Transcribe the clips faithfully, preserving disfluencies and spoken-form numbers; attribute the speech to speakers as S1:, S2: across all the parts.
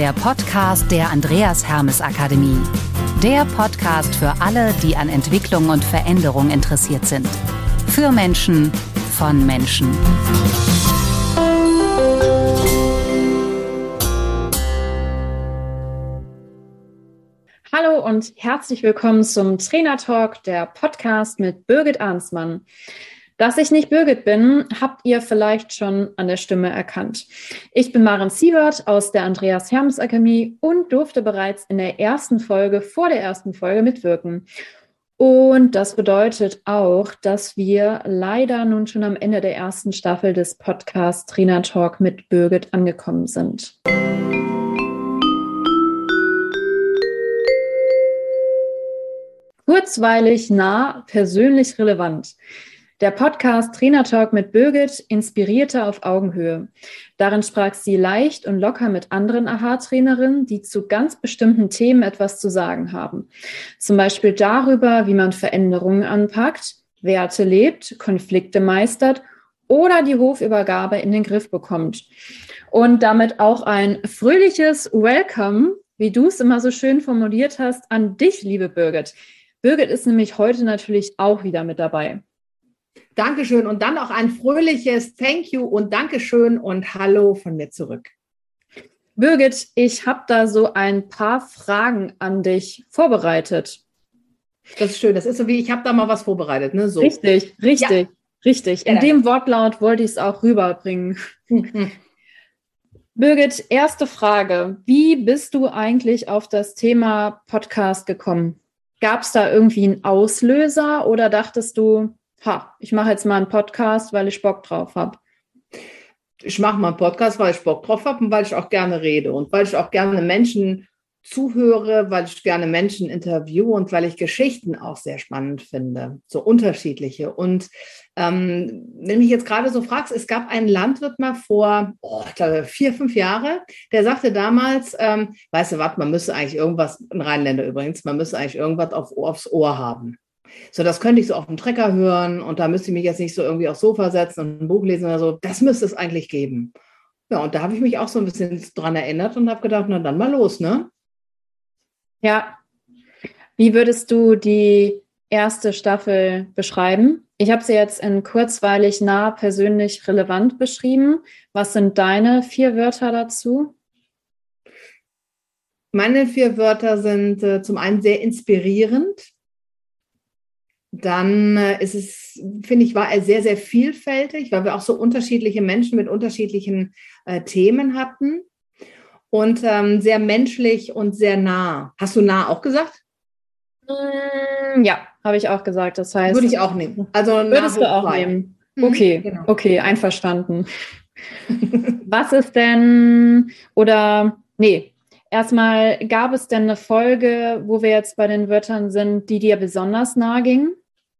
S1: der Podcast der Andreas Hermes Akademie. Der Podcast für alle, die an Entwicklung und Veränderung interessiert sind. Für Menschen, von Menschen.
S2: Hallo und herzlich willkommen zum Trainer Talk, der Podcast mit Birgit Arnsmann. Dass ich nicht Birgit bin, habt ihr vielleicht schon an der Stimme erkannt. Ich bin Maren Sievert aus der Andreas Hermes Akademie und durfte bereits in der ersten Folge, vor der ersten Folge mitwirken. Und das bedeutet auch, dass wir leider nun schon am Ende der ersten Staffel des Podcasts Trainer Talk mit Birgit angekommen sind. Kurzweilig, nah, persönlich relevant. Der Podcast Trainer Talk mit Birgit inspirierte auf Augenhöhe. Darin sprach sie leicht und locker mit anderen A H-Trainerinnen, die zu ganz bestimmten Themen etwas zu sagen haben. Zum Beispiel darüber, wie man Veränderungen anpackt, Werte lebt, Konflikte meistert oder die Hofübergabe in den Griff bekommt. Und damit auch ein fröhliches Welcome, wie du es immer so schön formuliert hast, an dich, liebe Birgit. Birgit ist nämlich heute natürlich auch wieder mit dabei.
S3: Dankeschön und dann auch ein fröhliches Thank you und Dankeschön und Hallo von mir zurück.
S2: Birgit, ich habe da so ein paar Fragen an dich vorbereitet.
S3: Das ist schön, das ist so wie, ich habe da mal was vorbereitet, ne? So.
S2: Richtig, richtig, ja. richtig. In ja, dem Wortlaut wollte ich es auch rüberbringen. Birgit, erste Frage. Wie bist du eigentlich auf das Thema Podcast gekommen? Gab es da irgendwie einen Auslöser oder dachtest du, ha, ich mache jetzt mal einen Podcast, weil ich Bock drauf habe?
S3: Ich mache mal einen Podcast, weil ich Bock drauf habe und weil ich auch gerne rede und weil ich auch gerne Menschen zuhöre, weil ich gerne Menschen interviewe und weil ich Geschichten auch sehr spannend finde, so unterschiedliche. Und ähm, wenn mich jetzt gerade so fragst, es gab einen Landwirt mal vor oh, ich glaube, vier, fünf Jahre, der sagte damals, ähm, weißt du was, man müsste eigentlich irgendwas, ein Rheinländer übrigens, man müsste eigentlich irgendwas auf, aufs Ohr haben. So, das könnte ich so auf dem Trecker hören und da müsste ich mich jetzt nicht so irgendwie aufs Sofa setzen und ein Buch lesen oder so. Das müsste es eigentlich geben. Ja, und da habe ich mich auch so ein bisschen dran erinnert und habe gedacht, na dann mal los, ne?
S2: Ja. Wie würdest du die erste Staffel beschreiben? Ich habe sie jetzt in kurzweilig, nah, persönlich, relevant beschrieben. Was sind deine vier Wörter dazu?
S3: Meine vier Wörter sind äh, zum einen sehr inspirierend. Dann äh, ist es, finde ich, war er sehr, sehr vielfältig, weil wir auch so unterschiedliche Menschen mit unterschiedlichen äh, Themen hatten und ähm, sehr menschlich und sehr nah. Hast du nah auch gesagt?
S2: Mm, ja, habe ich auch gesagt. Das heißt,
S3: würde ich auch nehmen. Also
S2: würdest du auch zwei. Nehmen? Okay, mhm, genau. Okay, einverstanden. Was ist denn, oder, nee, erstmal, gab es denn eine Folge, wo wir jetzt bei den Wörtern sind, die dir besonders nahe ging?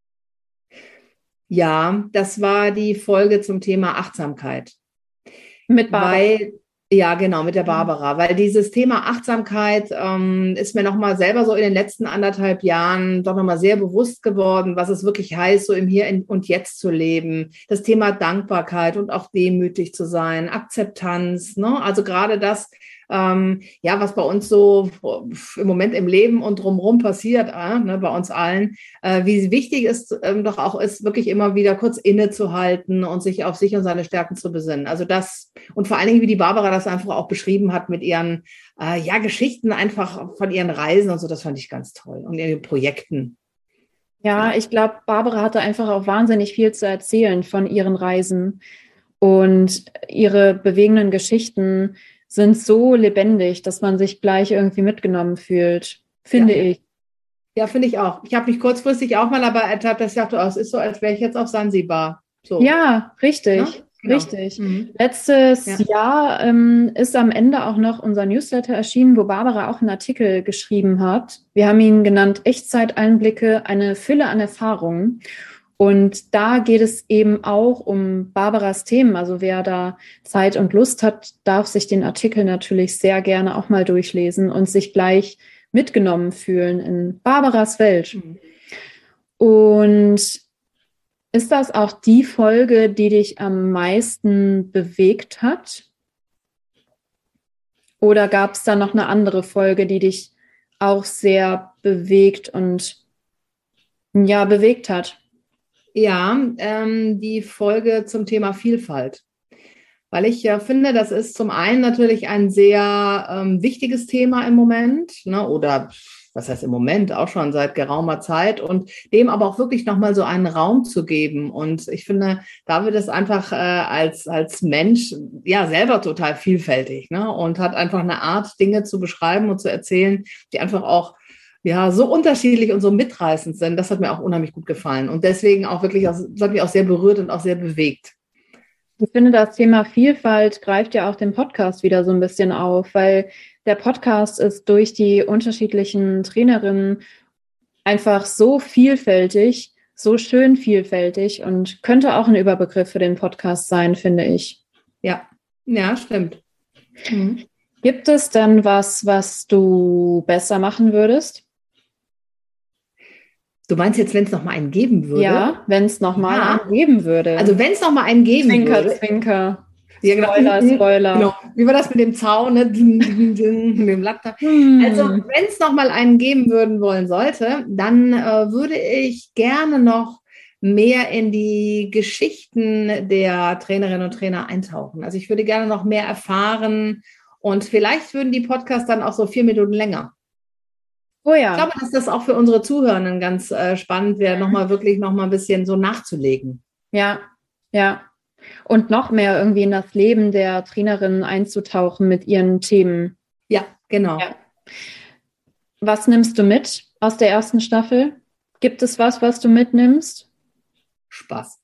S3: Ja, das war die Folge zum Thema Achtsamkeit.
S2: Mit Barbara.
S3: Weil, ja, genau, mit der Barbara. Weil dieses Thema Achtsamkeit ähm, ist mir nochmal selber so in den letzten anderthalb Jahren doch nochmal sehr bewusst geworden, was es wirklich heißt, so im Hier und Jetzt zu leben. Das Thema Dankbarkeit und auch demütig zu sein, Akzeptanz, ne? Also gerade das, ähm, ja, was bei uns so im Moment im Leben und drumherum passiert, äh, ne, bei uns allen, äh, wie wichtig es ähm, doch auch ist, wirklich immer wieder kurz innezuhalten und sich auf sich und seine Stärken zu besinnen. Also das, und vor allen Dingen, wie die Barbara das einfach auch beschrieben hat mit ihren, äh, ja, Geschichten einfach von ihren Reisen und so, das fand ich ganz toll und ihren Projekten.
S2: Ja, ja. Ich glaube, Barbara hatte einfach auch wahnsinnig viel zu erzählen von ihren Reisen und ihre bewegenden Geschichten sind so lebendig, dass man sich gleich irgendwie mitgenommen fühlt, finde
S3: ja.
S2: ich.
S3: Ja, finde ich auch. Ich habe mich kurzfristig auch mal dabei ertappt, dass ich dachte, oh, es ist so, als wäre ich jetzt auf Sansibar. So.
S2: Ja, richtig, ja? Genau. richtig. Mhm. Letztes ja. Jahr ähm, ist am Ende auch noch unser Newsletter erschienen, wo Barbara auch einen Artikel geschrieben hat. Wir haben ihn genannt Echtzeiteinblicke, eine Fülle an Erfahrungen. Und da geht es eben auch um Barbaras Themen. Also wer da Zeit und Lust hat, darf sich den Artikel natürlich sehr gerne auch mal durchlesen und sich gleich mitgenommen fühlen in Barbaras Welt. Mhm. Und ist das auch die Folge, die dich am meisten bewegt hat? Oder gab es da noch eine andere Folge, die dich auch sehr bewegt und ja, bewegt hat?
S3: Ja, ähm, die Folge zum Thema Vielfalt. Weil ich ja finde, das ist zum einen natürlich ein sehr ähm, wichtiges Thema im Moment, ne, oder was heißt im Moment, auch schon seit geraumer Zeit, und dem aber auch wirklich nochmal so einen Raum zu geben. Und ich finde, David ist einfach äh, als, als Mensch ja selber total vielfältig, ne, und hat einfach eine Art, Dinge zu beschreiben und zu erzählen, die einfach auch ja so unterschiedlich und so mitreißend sind. Das hat mir auch unheimlich gut gefallen. Und deswegen auch wirklich, auch, das hat mich auch sehr berührt und auch sehr bewegt.
S2: Ich finde, das Thema Vielfalt greift ja auch den Podcast wieder so ein bisschen auf, weil der Podcast ist durch die unterschiedlichen Trainerinnen einfach so vielfältig, so schön vielfältig und könnte auch ein Überbegriff für den Podcast sein, finde ich.
S3: Ja, ja, stimmt. Mhm.
S2: Gibt es denn was, was du besser machen würdest?
S3: Du meinst jetzt, wenn es noch mal einen geben würde?
S2: Ja, wenn es noch mal
S3: ja.
S2: einen geben würde.
S3: Also wenn es noch mal einen geben
S2: Zwinker,
S3: würde.
S2: Zwinker,
S3: Ja, genau.
S2: Spoiler, Spoiler.
S3: Genau. Wie war das mit dem Zaun, ne? mit dem Laptop?
S2: Hm.
S3: Also wenn es noch mal einen geben würden wollen sollte, dann äh, würde ich gerne noch mehr in die Geschichten der Trainerinnen und Trainer eintauchen. Also ich würde gerne noch mehr erfahren und vielleicht würden die Podcasts dann auch so vier Minuten länger.
S2: Oh ja.
S3: Ich glaube, dass das auch für unsere Zuhörenden ganz äh, spannend wäre, nochmal wirklich nochmal ein bisschen so nachzulegen.
S2: Ja, ja. Und noch mehr irgendwie in das Leben der Trainerinnen einzutauchen mit ihren Themen.
S3: Ja, genau.
S2: Ja. Was nimmst du mit aus der ersten Staffel? Gibt es was, was du mitnimmst?
S3: Spaß.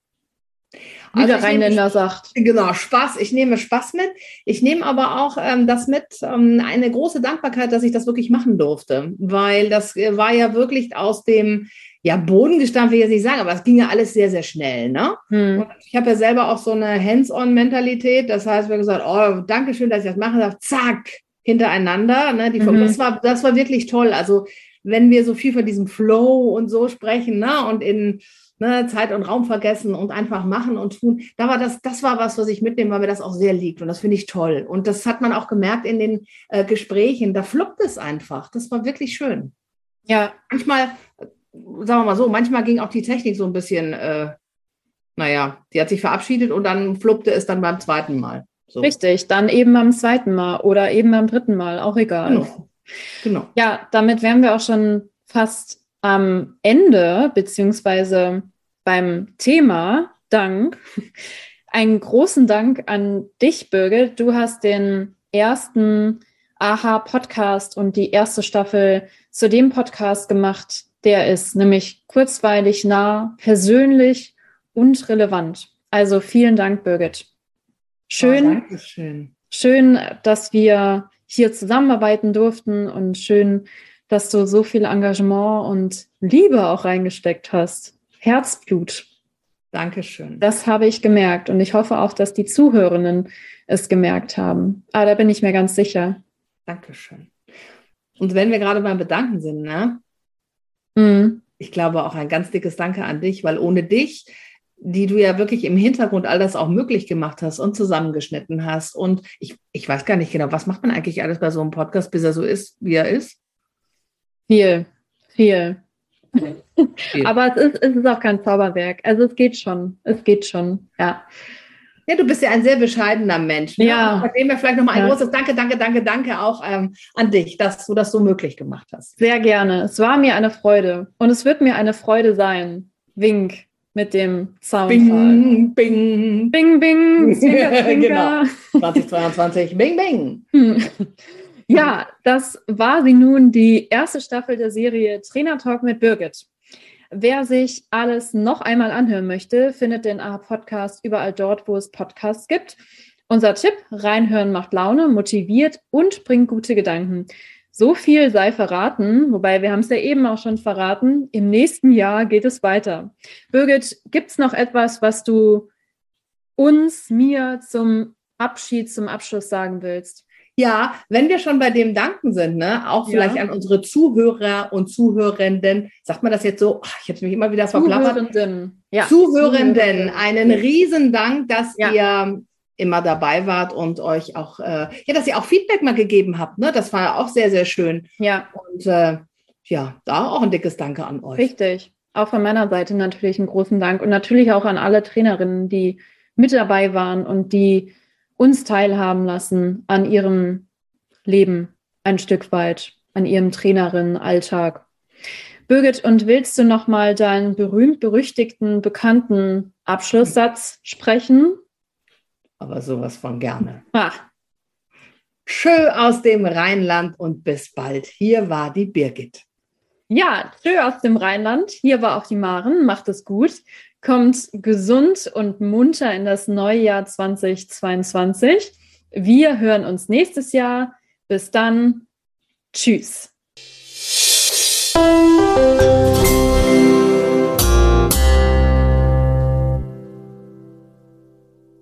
S2: Wie der
S3: Also
S2: Rheinländer sagt.
S3: Genau, Spaß. Ich nehme Spaß mit. Ich nehme aber auch ähm, das mit, ähm, eine große Dankbarkeit, dass ich das wirklich machen durfte, weil das äh, war ja wirklich aus dem ja, Boden gestampft, will ich jetzt nicht sagen, aber es ging ja alles sehr, sehr schnell. Ne? Hm. Und ich habe ja selber auch so eine Hands-on-Mentalität. Das heißt, wir haben gesagt, oh, danke schön, dass ich das machen darf. Zack, hintereinander. Ne? Die, mhm. das, war, das war wirklich toll. Also wenn wir so viel von diesem Flow und so sprechen, ne? Und in Ne, Zeit und Raum vergessen und einfach machen und tun. Da war das, das war was, was ich mitnehme, weil mir das auch sehr liegt. Und das finde ich toll. Und das hat man auch gemerkt in den äh, Gesprächen. Da fluppt es einfach. Das war wirklich schön.
S2: Ja.
S3: Manchmal, sagen wir mal so, manchmal ging auch die Technik so ein bisschen, äh, naja, die hat sich verabschiedet und dann fluppte es dann beim zweiten Mal. So.
S2: Richtig, dann eben beim zweiten Mal oder eben beim dritten Mal, auch egal.
S3: Genau. Genau.
S2: Ja, damit wären wir auch schon fast am Ende, beziehungsweise beim Thema Dank. Einen großen Dank an dich, Birgit. Du hast den ersten A H-Podcast und die erste Staffel zu dem Podcast gemacht, der ist, nämlich kurzweilig, nah, persönlich und relevant. Also vielen Dank, Birgit. Schön,
S3: oh, danke schön.
S2: Schön, dass wir hier zusammenarbeiten durften und schön, dass du so viel Engagement und Liebe auch reingesteckt hast. Herzblut.
S3: Dankeschön.
S2: Das habe ich gemerkt und ich hoffe auch, dass die Zuhörenden es gemerkt haben. Aber da bin ich mir ganz sicher.
S3: Dankeschön. Und wenn wir gerade beim Bedanken sind, ne?
S2: Mhm.
S3: Ich glaube auch ein ganz dickes Danke an dich, weil ohne dich, die du ja wirklich im Hintergrund all das auch möglich gemacht hast und zusammengeschnitten hast. Und ich, ich weiß gar nicht genau, was macht man eigentlich alles bei so einem Podcast, bis er so ist, wie er ist?
S2: Viel, viel. viel. Aber es ist, es ist auch kein Zauberwerk. Also es geht schon, es geht schon, ja.
S3: Ja, du bist ja ein sehr bescheidener Mensch. Ne?
S2: Ja.
S3: Von dem wir vielleicht nochmal ein
S2: ja.
S3: großes Danke, Danke, Danke, Danke auch ähm, an dich, dass du das so möglich gemacht hast.
S2: Sehr gerne. Es war mir eine Freude. Und es wird mir eine Freude sein. Wink mit dem Soundfall.
S3: Bing, bing.
S2: Bing, bing. Zwinker, zwinker.
S3: Genau. zweitausendzweiundzwanzig, bing, bing.
S2: Hm. Ja, das war sie nun, die erste Staffel der Serie Trainer Talk mit Birgit. Wer sich alles noch einmal anhören möchte, findet den A H-Podcast überall dort, wo es Podcasts gibt. Unser Tipp, reinhören macht Laune, motiviert und bringt gute Gedanken. So viel sei verraten, wobei wir haben es ja eben auch schon verraten, im nächsten Jahr geht es weiter. Birgit, gibt es noch etwas, was du uns, mir zum Abschied, zum Abschluss sagen willst?
S3: Ja, wenn wir schon bei dem Danken sind, ne, auch vielleicht ja. an unsere Zuhörer und Zuhörenden, sagt man das jetzt so, ich habe mich immer wieder verplappert.
S2: Zuhörenden. Ja.
S3: Zuhörenden, einen riesen Dank, dass
S2: ja.
S3: ihr immer dabei wart und euch auch, äh, ja, dass ihr auch Feedback mal gegeben habt. Ne? Das war auch sehr, sehr schön.
S2: Ja.
S3: Und äh, ja, da auch ein dickes Danke an euch.
S2: Richtig. Auch von meiner Seite natürlich einen großen Dank und natürlich auch an alle Trainerinnen, die mit dabei waren und die uns teilhaben lassen an ihrem Leben ein Stück weit, an ihrem Trainerinnenalltag. Birgit, und willst du nochmal deinen berühmt-berüchtigten, bekannten Abschlusssatz sprechen?
S3: Aber sowas von gerne.
S2: Ah.
S3: Tschö aus dem Rheinland und bis bald. Hier war die Birgit.
S2: Ja, tschö aus dem Rheinland. Hier war auch die Maren. Macht es gut. Kommt gesund und munter in das neue Jahr zweitausendzweiundzwanzig. Wir hören uns nächstes Jahr. Bis dann. Tschüss.